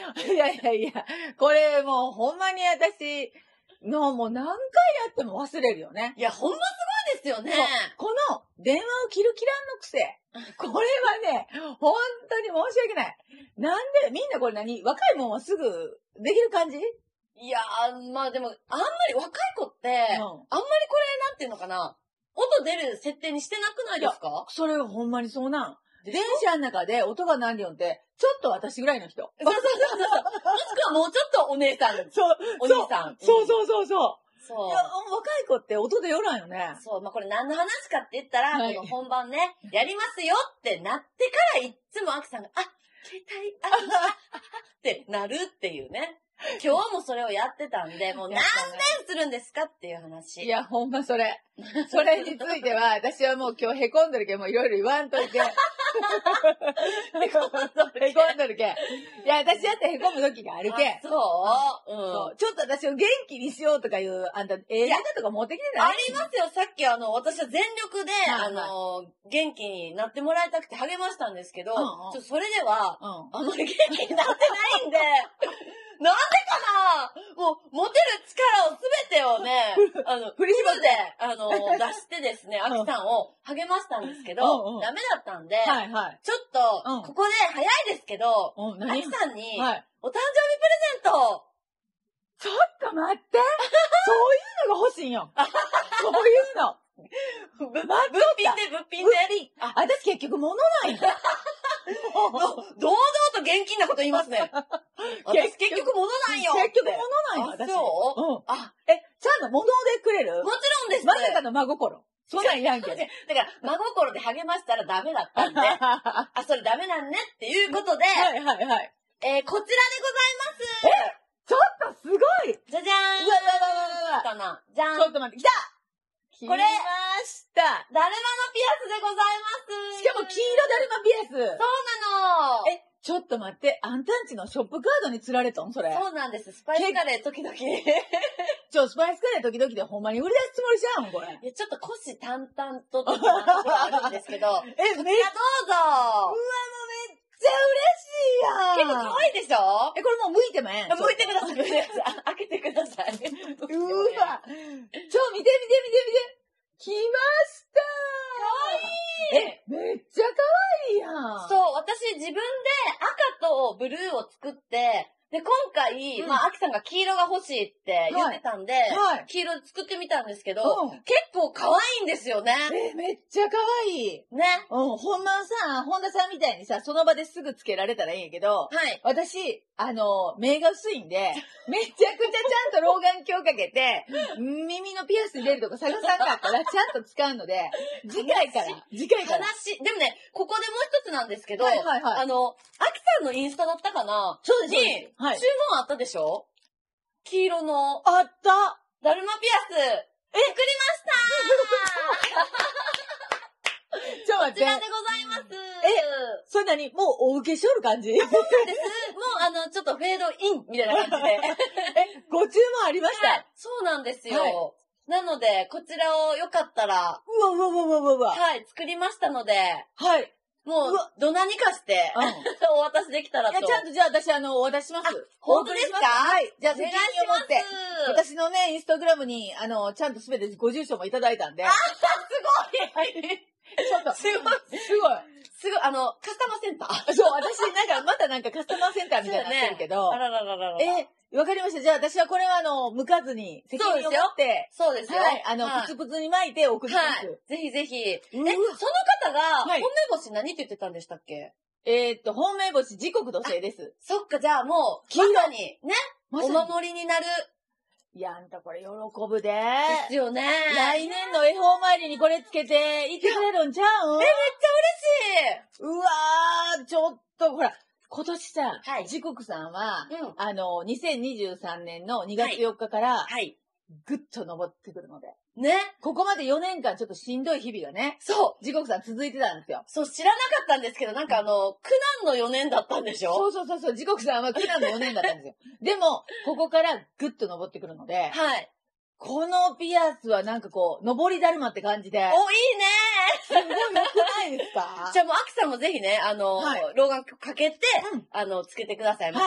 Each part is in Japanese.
いやいやいや、これもうほんまに私のもう何回やっても忘れるよね。 いや、ほんますごいですよね。 この電話を切る切らんの癖。これはね、本当に申し訳ない。なんで、みんなこれ若いもんはすぐできる感じ？ いやー、まあでも、あんまり若い子って、あんまりこれ、なんていうのかな、音出る設定にしてなくないですか？ それはほんまにそうなん。電車の中で音が鳴るよんって、ちょっと私ぐらいの人。 そう。もしくはもうちょっとお姉さん。 そう。 お兄さん。 そう。 そう。 いや、若い子って音でよらんよね。 そう。まあ、これ何の話かって言ったら、この本番ね、やりますよってなってからいっつもアキさんが、携帯、ってなるっていうね。今日もそれをやってたんで、もう何年するんですかっていう話。 いや、ほんまそれ。それについては、私はもう今日へこんどるけん、もういろいろ言わんといて。へこんどるけん。いや、私だってへこむ時があるけん。 そう。 ちょっと私を元気にしようとかいう、あんた、ネタとか持ってきてない？ ありますよ。さっき私は全力で、元気になってもらいたくて励ましたんですけど、それでは、あんまり元気になってないんで、なんでかなもう、持てる力をすべてをね、フルで、出してですね、アキさんを励ましたんですけど、ダメだったんで、ちょっと、ここで早いですけど、アキさんに、お誕生日プレゼントちょっと待って。そういうのが欲しいんよ。そういうの。 物品で。 私結局物ないんだ。 堂々と現金なこと言いますね。私結局物なんよ。 結局物ないの、私。 そう？ ちゃんと物でくれる？ もちろんです。 まさかの真心。そんなんいらんけど。 だから、真心で励ましたらダメだったんで、それダメなんねっていうことで、こちらでございます。 ちょっとすごい！ じゃじゃーん！ うわ。 かな。じゃん。 ちょっと待って、来た！これ、来ました。 だるまのピアスでございます。 しかも黄色だるまピアス。 そうなの。 ちょっと待って、あんたんちのショップカードに釣られたんそれ。 そうなんです。スパイスカレー時々。 スパイスカレー時々でほんまに売り出すつもりちゃうんこれ。 いや、ちょっと虎視眈々とところがあるんですけど。こちらどうぞ。うわ、 もうめっちゃ嬉しいやん。 結構可愛いでしょ？ これもう剥いてもええん？ 剥いてください。開けてください。 うわ。見て。来ましたー。めっちゃ可愛いやん。 そう、私自分で赤とブルーを作って、で、今回、アキさんが黄色が欲しいって言ってたんで、黄色で作ってみたんですけど、結構可愛いんですよね。 めっちゃ可愛い。 ね。 ほんまさ、本田さんみたいにさ、その場ですぐつけられたらいいんやけど、私、目が薄いんで、めちゃくちゃちゃんと老眼鏡かけて、耳のピアス入れるとか探さんかったらちゃんと使うので、次回から。 でもね、ここでもう一つなんですけど、アキさんのインスタだったかな？ そうです。 に、注文あったでしょ？黄色の。 あった。 だるまピアス。作りましたこちらでございます。 それ何？もうお受けしおる感じ？そうなんです。もうちょっとフェードインみたいな感じで。 ご注文ありました？ そうなんですよ。なので、こちらをよかったら。 うわ。 作りましたので。もう、どなにかして、お渡しできたらと。 ちゃんとじゃあ私お渡しします。 本当ですか？ じゃあ責任を持って、私のね、インスタグラムに、ちゃんとすべてご住所もいただいたんで。 すごいちょっと。すごい。 カスタマーセンター。 そう、私またカスタマーセンターみたいになってるけど。わかりました。じゃあ私はこれは剥かずに、責任を持って、 そうですよ。 プツプツに巻いて送ります。 ぜひぜひ。その方が、本命星何って言ってたんでしたっけ？ 本命星時刻土星です。 そっか、じゃあもう、まさに、ね、お守りになる。 いや、あんたこれ喜ぶで。 ですよね。 来年の恵方参りにこれつけて行ってくれるんちゃうん？ めっちゃ嬉しい。 うわー、ちょっと、ほら、今年さ、時刻さんは、2023年の2月4日から、ぐっと登ってくるので。 ね。 ここまで4年間ちょっとしんどい日々がね。 そう。 時刻さん続いてたんですよ。 そう、知らなかったんですけど、なんか苦難の4年だったんでしょ？ そう。時刻さんは苦難の4年だったんですよ。でも、ここからぐっと登ってくるので。このピアスはなんかこう、登りだるまって感じで。 いいねすごい良くないですか？ じゃあもう、アキさんもぜひね、老眼鏡かけて、つけてください。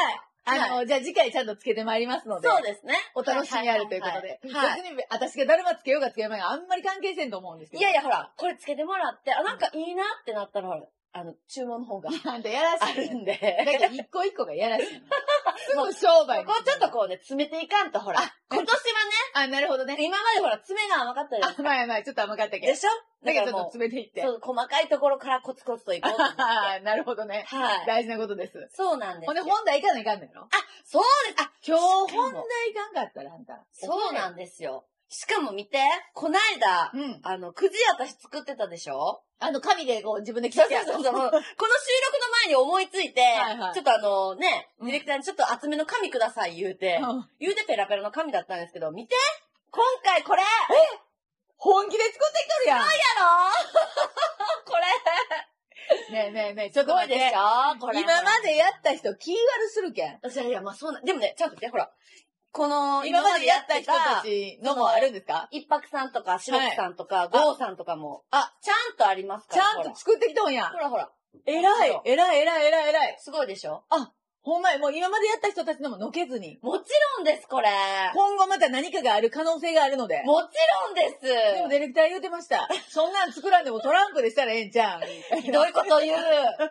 じゃあ次回ちゃんとつけてまいりますので。 そうですね。 お楽しみあるということで。 はい。 別に、私がだるまつけようがつけようがあんまり関係せんと思うんですけど。 いやいや、ほら、これつけてもらって、なんかいいなってなったら、ほら、注文の方が。 あんたやらしい。 あるんで。 だけど一個一個がやらしい。すぐ商売。 こうちょっとこうね、詰めていかんと、ほら。今年はね。なるほどね。 今までほら、詰めが甘かったです。 まあ、ちょっと甘かったけど。 でしょだけどちょっと詰めていって。 そう、細かいところからコツコツといこうと思って。 なるほどね。はい。大事なことです。 そうなんです。 ほんで、本題いかないかんのやろ？ そうです。 今日本題いかんかったらあんた。 そうなんですよ。しかも見て、こないだ、くじ私作ってたでしょ？ 紙でこう自分で切ってやる。 そう。この収録の前に思いついて、ちょっとディレクターにちょっと厚めの紙ください言うてペラペラの紙だったんですけど、見て！今回これ本気で作ってきとるやん。 そうやろこれねえ、ちょっと待って。 すごいでしょこれ。 今までやった人気悪するけん。 いや、まあそうな、でもね、ちゃんと見て、ほら。 今までやった人たちのもあるんですか？ 一泊さんとか、白木さんとか、ゴーさんとかも。ちゃんとありますから。 ちゃんと作ってきとんや。 ほら。 偉い。 すごいでしょ？ ほんまに、もう今までやった人たちのものけずに。 もちろんです、これ。 今後また何かがある可能性があるので。 もちろんです。 でもディレクター言うてました。そんなん作らんでもトランプでしたらええんちゃうん。 ひどいこと言う。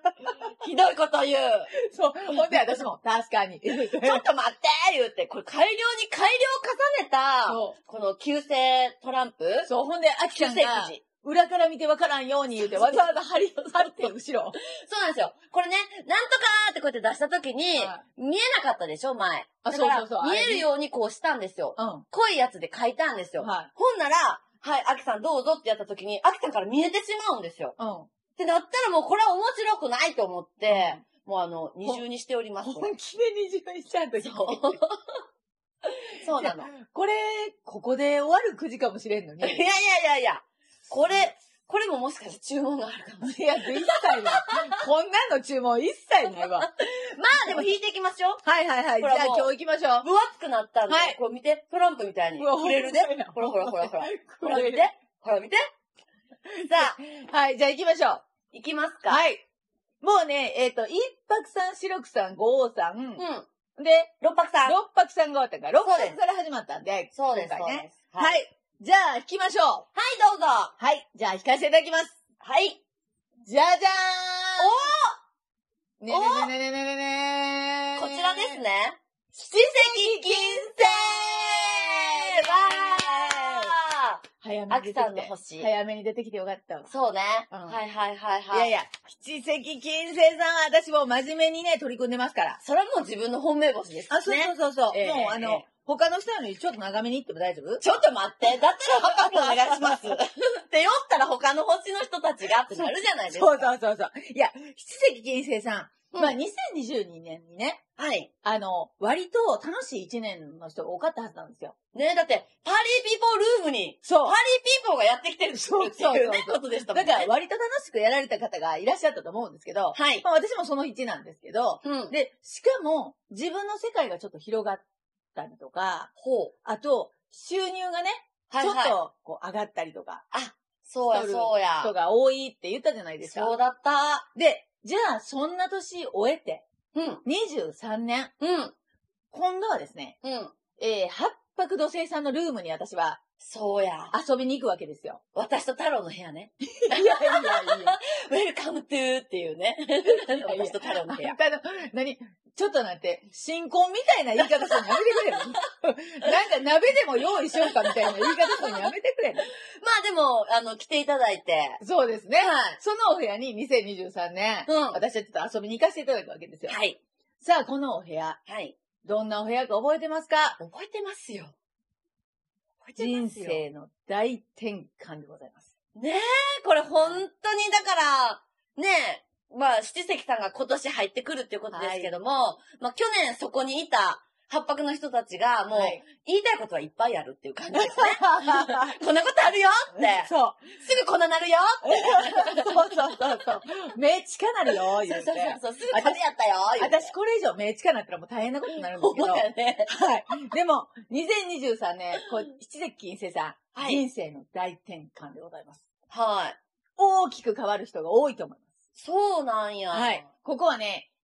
そう。ほんで私も、確かに。 ちょっと待って言うて、これ改良重ねた、この旧姓トランプ。 そう、ほんで、秋ちゃんが、裏から見てわからんように言うて、わざわざ貼って、後ろ。 そうなんですよ。これね、なんとかーってこうやって出したときに、見えなかったでしょ、前。 そう。 見えるようにこうしたんですよ。濃いやつで書いたんですよ。ほんなら、秋さんどうぞってやったときに、秋さんから見えてしまうんですよ。ってなったらもうこれは面白くないと思って、もう二重にしております。 本気で二重にしちゃうとき。 そうなの。 これ、ここで終わるくじかもしれんのに。 いや。これももしかして注文があるかもしれない。 いや、一切ない。こんなんの注文一切ないわ。 まあでも引いていきましょう。 はい。じゃあ今日行きましょう。 分厚くなったんで、これ見て、トランプみたいに。触れるで。ほら。ほら見て。さあ。はい、じゃあ行きましょう。 行きますか。 はい。もうね、一泊さん、白くさん、五王さん。で、 六泊さんが終わったから、六泊から始まったんで。 そうです。 はい。じゃあ、引きましょう。はい、どうぞ。 はい。じゃあ、引かせていただきます。 はい。 じゃじゃーんねこちらですね。 七石金星早めに出てきて。秋さんの星。早めに出てきてよかったわ。 そうね。はい。 いや、七石金星さんは私も真面目にね、取り組んでますから。 それはもう自分の本命星ですね。 そう。もう他の人よりちょっと長めに行っても大丈夫？ ちょっと待って。だったら測ってお願いします。って酔ったら他の星の人たちがってなるじゃないですか。 そう。いや、七石金星さん。2022年にね。 はい。 割と楽しい一年の人が多かったはずなんですよ。 ね、だって、パーリーピーポールームに、パーリーピーポーがやってきてるっていうね、ことでしたもんね。 だから割と楽しくやられた方がいらっしゃったと思うんですけど、はい。私もその一なんですけど、で、しかも、自分の世界がちょっと広がったりとか、あと、収入がね、ちょっとこう上がったりとか。 そうや。 人が多いって言ったじゃないですか。 そうだった。 で、じゃあ、そんな年終えて、23年。今度はですね、八白土星さんのルームに私は、 そうや。 遊びに行くわけですよ。 私と太郎の部屋ね。 いや。 ウェルカムトゥーっていうね。私と太郎の部屋。 ちょっとなんて、新婚みたいな言い方するのやめてくれる。なんか鍋でも用意しようかみたいな言い方するのやめてくれる。 まあでも、来ていただいて。 そうですね。はい。そのお部屋に2023年、私はちょっと遊びに行かせていただくわけですよ。 はい。 さあ、このお部屋。はい。どんなお部屋か覚えてますか？ 覚えてますよ。 人生の大転換でございます。 ねえ、これ本当にだから、ねえ、まあ、七石さんが今年入ってくるっていうことですけども、まあ去年そこにいた八白の人たちがもう、言いたいことはいっぱいあるっていう感じですね。こんなことあるよって。そう。すぐこんななるよって。 そう。目近なるよ、言うて。 そう。すぐ風やったよ、言うて。 私これ以上目近なったらもう大変なことになるんですけど。 ね、 はい。でも、2023年、七石金星さん、人生の大転換でございます。 はい。 大きく変わる人が多いと思います。 そうなんや。 はい。ここはね、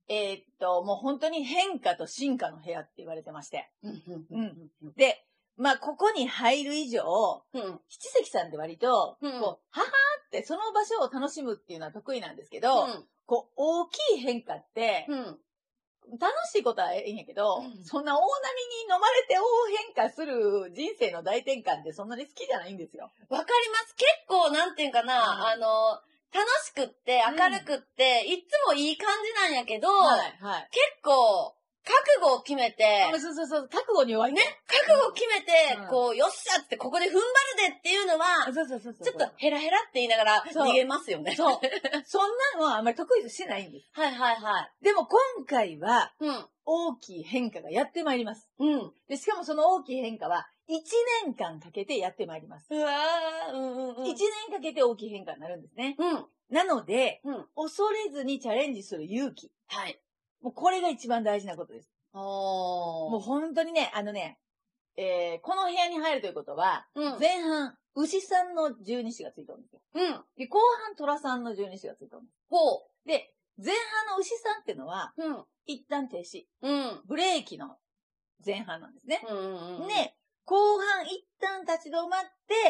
もう本当に変化と進化の部屋って言われてまして。で、まあ、ここに入る以上、七石さんって割と、こう、ははーってその場所を楽しむっていうのは得意なんですけど、こう、大きい変化って、楽しいことはいいんやけど、そんな大波に飲まれて大変化する人生の大転換ってそんなに好きじゃないんですよ。 わかります。結構、なんていうかな、楽しくって、明るくって、いつもいい感じなんやけど、結構、覚悟を決めて、 そう、覚悟に弱いね。 覚悟を決めて、こう、よっしゃってここで踏ん張るでっていうのは、ちょっとヘラヘラって言いながら逃げますよね。 そう。そんなのはあんまり得意しないんです。でも今回は、大きい変化がやってまいります。で、しかもその大きい変化は、1年間かけてやってまいります。1年かけて大きい変化になるんですね。なので、恐れずにチャレンジする勇気。もうこれが一番大事なことです。もう本当にね、この部屋に入るということは、前半、牛さんの十二支がついてるんですよ。で、後半、虎さんの十二支がついてるんです。で、前半の牛さんっていうのは、一旦停止。ブレーキの前半なんですね。で、後半一旦立ち止まって、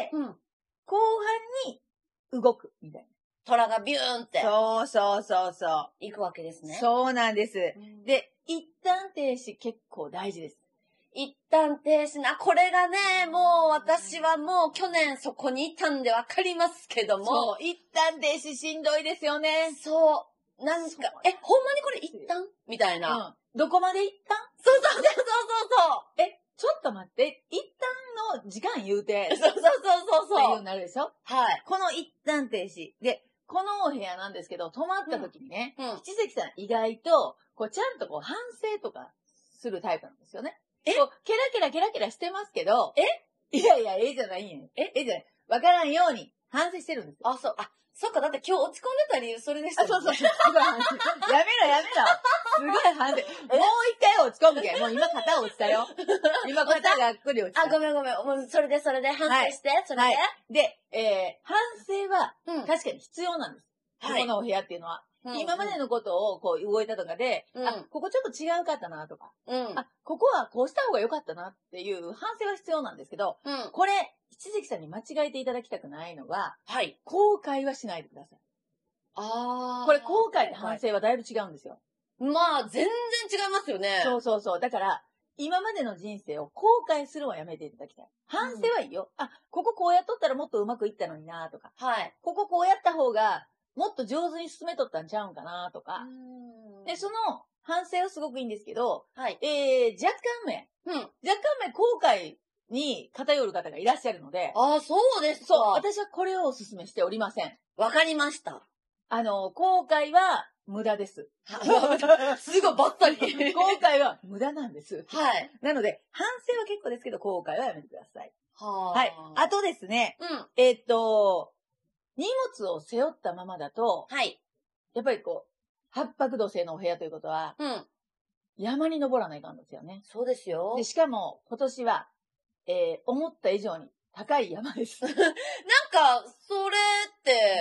後半に動く、みたいな。 虎がビューンって。 そう。 行くわけですね。 そうなんです。で、一旦停止結構大事です。 一旦停止な。これがね、もう私はもう去年そこにいたんでわかりますけども。 そう、一旦停止しんどいですよね。 そう。なんか、ほんまにこれ一旦みたいな。 どこまで一旦そう。 ちょっと待って、一旦の時間言うて。 そう。 っていうなるでしょ？ はい。 この一旦停止。で、このお部屋なんですけど、泊まった時にね、七石さん意外と、こう、ちゃんとこう、反省とかするタイプなんですよね。こう、ケラケラしてますけど、いや、じゃないんや。じゃない。わからんように反省してるんですよ。 そっか、だって今日落ち込んでた理由それでしたよね。 そう。すごい反省。やめろ。すごい反省。もう一回落ち込むけ。もう今肩落ちたよ。今肩がっくり落ちた。 ごめん。もうそれで反省して、それで。 で、反省は確かに必要なんです。ここのお部屋っていうのは。今までのことをこう動いたとかで、ここちょっと違うかったなとか、ここはこうした方が良かったなっていう反省は必要なんですけど、これ、七石さんに間違えていただきたくないのは、後悔はしないでください。これ後悔と反省はだいぶ違うんですよ。 まあ、全然違いますよね。 そう。だから、今までの人生を後悔するのはやめていただきたい。反省はいいよ。こここうやっとったらもっとうまくいったのになとか、こここうやった方が、もっと上手に進めとったんちゃうんかなとか。で、その反省はすごくいいんですけど、若干目後悔に偏る方がいらっしゃるので。 そうですか。 私はこれをお勧めしておりません。 わかりました。 後悔は無駄です。 すごいばったり。 後悔は無駄なんです。なので、反省は結構ですけど、後悔はやめてください。あとですね、荷物を背負ったままだと、やっぱりこう、八白土星のお部屋ということは、山に登らないかんですよね。 そうですよ。 で、しかも、今年は、思った以上に高い山です。 なんか、それって、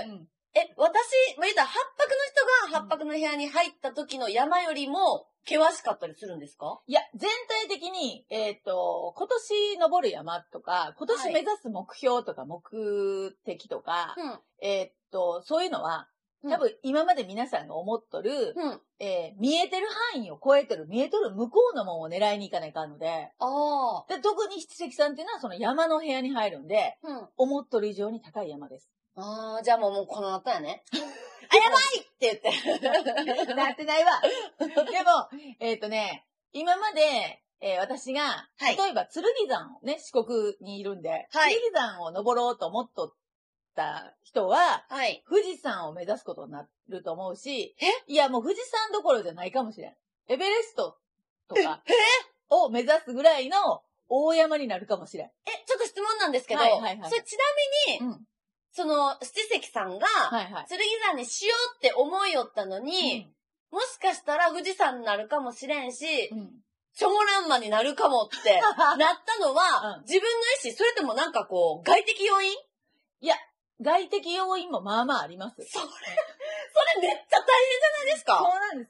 私、言ったら八白の人が八白の部屋に入った時の山よりも、険しかったりするんですか？ いや、全体的に、今年登る山とか、今年目指す目標とか目的とか、そういうのは、多分今まで皆さんが思っとる、見えてる範囲を超えてる、見えとる向こうのものを狙いに行かないかんので、特に七石さんっていうのはその山の部屋に入るんで、思っとる以上に高い山です。 じゃあもうこの後やね。やばいって言って。 なってないわ。でも、今まで、私が、例えば、剣山をね、四国にいるんで、剣山を登ろうと思っとった人は、富士山を目指すことになると思うし、いや、もう富士山どころじゃないかもしれん。エベレストとか、を目指すぐらいの大山になるかもしれん。 ちょっと質問なんですけど、それちなみに、その、七石さんが、剣山にしようって思いよったのに、もしかしたら富士山になるかもしれんし、チョモランマになるかもってなったのは、自分の意思、それともなんかこう、外的要因？ いや、外的要因もまあまああります。 それめっちゃ大変じゃないですか？ そうなんですよ。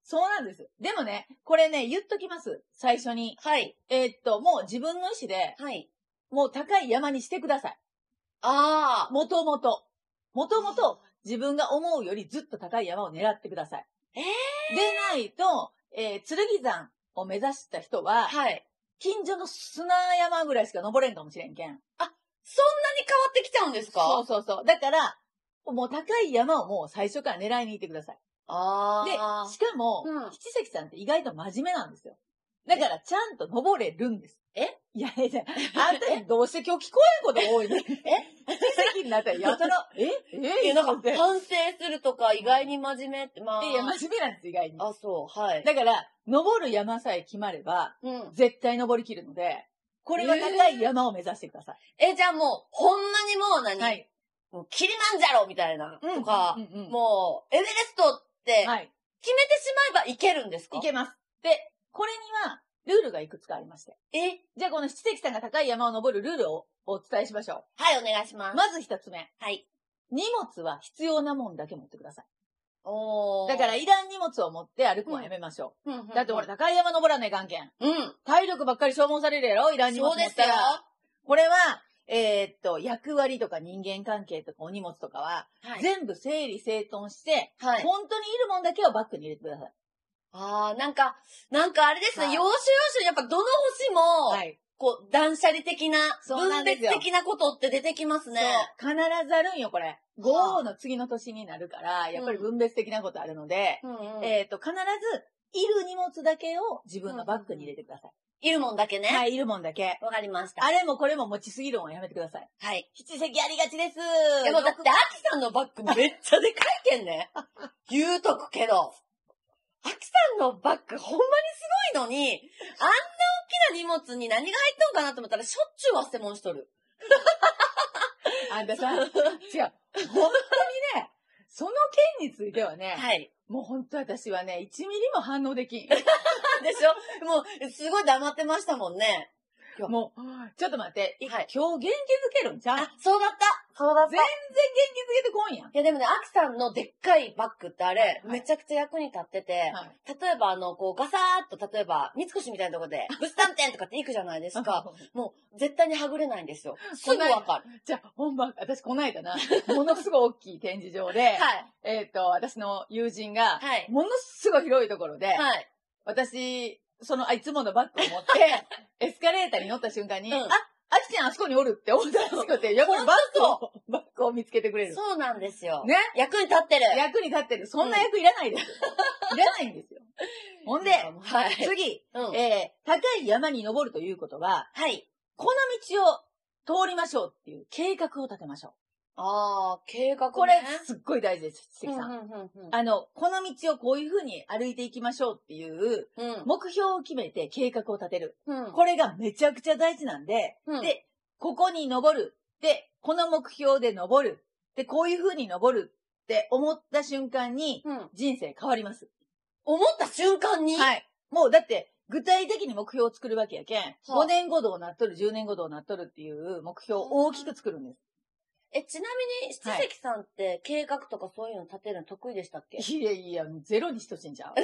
そうなんです。でもね、これね、言っときます。最初に。 はい。 もう自分の意思で、 はい。 もう高い山にしてください。 ああ。 もともと自分が思うよりずっと高い山を狙ってください。でないと、剣山を目指した人は、はい。近所の砂山ぐらいしか登れんかもしれんけん。 あ、そんなに変わってきちゃうんですか？ そうそうそう。だから、もう高い山をもう最初から狙いに行ってください。で、しかも、七関さんって意外と真面目なんですよ。だから、ちゃんと登れるんです。いや、あんたどうして今日聞こえること多いね。七関になったらやたら、 なんか、反省するとか意外に真面目って、まあ。 いや、真面目なんです、意外に。 あ、そう、はい。 だから、登る山さえ決まれば、絶対登りきるので、これは高い山を目指してください。じゃあもう、ほんまにもう何？はい。もうキリマンジャロみたいな、とか、もう、エベレストって、決めてしまえばいけるんですか？ いけます。で、これには、ルールがいくつかありまして。じゃあこの七関さんが高い山を登るルールをお伝えしましょう。 はい、お願いします。 まず一つ目。 はい。 荷物は必要なもんだけ持ってください。だから、いらん荷物を持って歩くのはやめましょう。だってほら、高い山登らない関係。体力ばっかり消耗されるやろ？いらん荷物持ったら。そうですよ。これは、役割とか人間関係とかお荷物とかは、全部整理整頓して、本当にいるもんだけをバッグに入れてください。 なんかあれですね、要所要所、やっぱどの星も、こう、断捨離的な、分別的なことって出てきますね。 そう。必ずあるんよ、これ。豪雨の次の年になるから、やっぱり分別的なことあるので、必ず、いる荷物だけを自分のバッグに入れてください。 いるもんだけね。 はい、いるもんだけ。 わかりました。 あれもこれも持ちすぎるのはやめてください。 はい。 七石ありがちです。 でもだって、アキさんのバッグめっちゃでかいけんね。言うとくけど。アキさんのバッグほんまにすごいのに、あんな大きな荷物に何が入っとんかなと思ったらしょっちゅう忘れ物しとる。 あんたさ、違う。本当にね、その件についてはね、はい。もう本当私はね、1ミリも反応できん。 でしょ？もう、すごい黙ってましたもんね。 もう、ちょっと待って。はい、今日元気づけるんちゃう？ そうだった。そうだった。 全然元気づけてこんやん。 いやでもね、アキさんのでっかいバッグってあれ、めちゃくちゃ役に立ってて、例えばこうガサーっと、例えば、三越みたいなところで、物産展とかって行くじゃないですか。もう、絶対にはぐれないんですよ。すぐわかる。 じゃあ、ほんま、私こないだな、ものすごい大きい展示場で、私の友人が、ものすごい広いところで、私、いつものバッグを持って、エスカレーターに乗った瞬間に、あきちゃんあそこにおるって思ったらしくて、やっぱりバッグを見つけてくれる。 そうなんですよ。 ね。 役に立ってる。 役に立ってる。そんな役いらないです。いらないんですよ。ほんで、次、高い山に登るということは、この道を通りましょうっていう計画を立てましょう。 計画ね。 これ、すっごい大事です、関さん。この道をこういう風に歩いていきましょうっていう、目標を決めて計画を立てる。これがめちゃくちゃ大事なんで、で、ここに登る。で、この目標で登る。で、こういう風に登るって思った瞬間に、人生変わります。 思った瞬間に？ はい。もうだって、具体的に目標を作るわけやけん、5年後どうなっとる、10年後どうなっとるっていう目標を大きく作るんです。 ちなみに、七関さんって計画とかそういうの立てるの得意でしたっけ？ いやいや、ゼロにしとしんじゃん。だ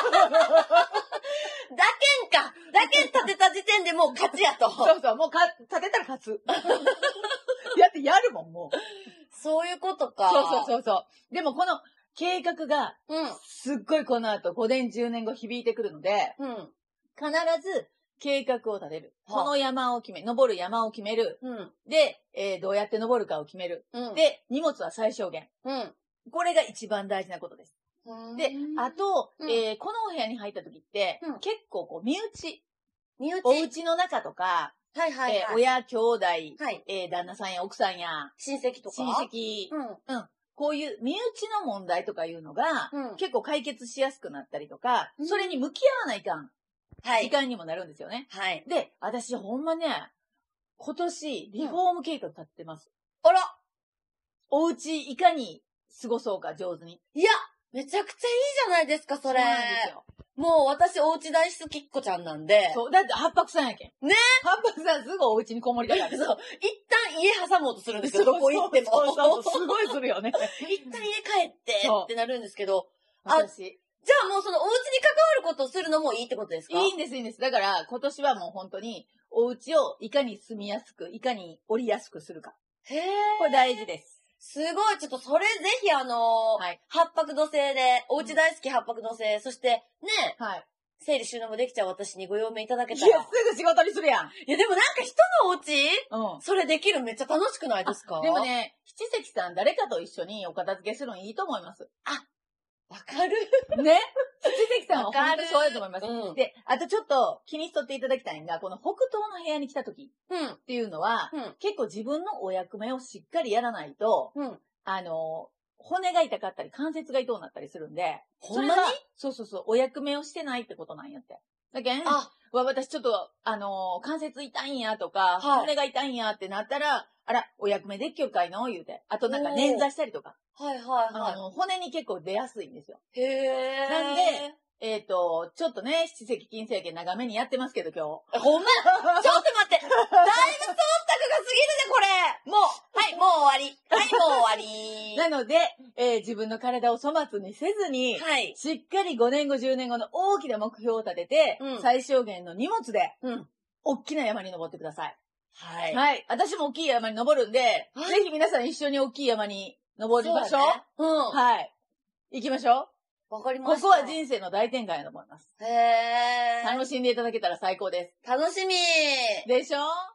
けん立てた時点でもう勝ちやと。 そうそう、もう立てたら勝つ。やるもん、もう。 そういうことか。 そう。でもこの計画が、すっごいこの後5年、10年後響いてくるので、必ず、計画を立てる。この山を登る山を決める。で、どうやって登るかを決める。で、荷物は最小限。これが一番大事なことです。で、あと、このお部屋に入った時って、結構こう、身内。お家の中とか、親、兄弟、旦那さんや奥さんや、 親戚とか。 親戚。こういう身内の問題とかいうのが、結構解決しやすくなったりとか、それに向き合わないかん。時間にもなるんですよね。で、私ほんまね、今年、リフォーム計画立ってます。 あら！ お家いかに過ごそうか上手に。 いや、めちゃくちゃいいじゃないですか、それ。そうなんですよ。もう私お家大好きっ子ちゃんなんで。 そう、だって八白さんやけん。 ね？ 八白さんすぐお家にこもりたから。 そう。一旦家挟もうとするんですよ、どこ行っても。 そう、すごいするよね。 一旦家帰ってってなるんですけど。 私。 じゃあもうそのお家に関わることをするのもいいってことですか？ いいんです、いいんです。だから、今年はもう本当に、お家をいかに住みやすく、いかに降りやすくするか。 へー。 これ大事です。 すごい、ちょっとそれぜひはい。 八白土星で、お家大好き八白土星、そしてね、 はい。 整理収納もできちゃう私にご用命いただけたいや、 ら。 すぐ仕事にするやん。 いや、でもなんか人のお家うん。 それできるめっちゃ楽しくないですか？ でもね、七石さん誰かと一緒にお片付けするのいいと思います。 わかる。 ね。七石さんはわかる本当そうやと思います。 うんで、あとちょっと気にしとっていただきたいのが、この北東の部屋に来た時うん。 っていうのは、 うん。 結構自分のお役目をしっかりやらないと、 うん。 骨が痛かったり関節が痛くなったりするんで、 ほんまに？ そうそうそう、お役目をしてないってことなんやって。だけん、私ちょっと、関節痛いんやとか、 はい骨が痛いんやってなったら、あら、お役目でっきょかいの言うて。あとなんか捻挫したりとか。 はいはいは骨に結構出やすいんですよ。 い。へー。 なんで、ちょっとね、七石金星家長めにやってますけど今ほんまちょっと待ってだいぶ忖度が過ぎるね、これもう、はい、もう終わり。はい、もう終わり。 日。なので、自分の体を粗末にせずに、 はい。 しっかり5年後、10年後の大きな目標を立てて、 うん最小限の荷物で、 うん。 大きな山に登ってください。 はい。 はい。私も大きい山に登るんで、 はいぜひ皆さん一緒に大きい山に登りましょう。 そうだねうん。 はい。行きましょう。 わかりました。 ここは人生の大転換やと思います。 へー。 楽しんでいただけたら最高です。 楽しみでしょ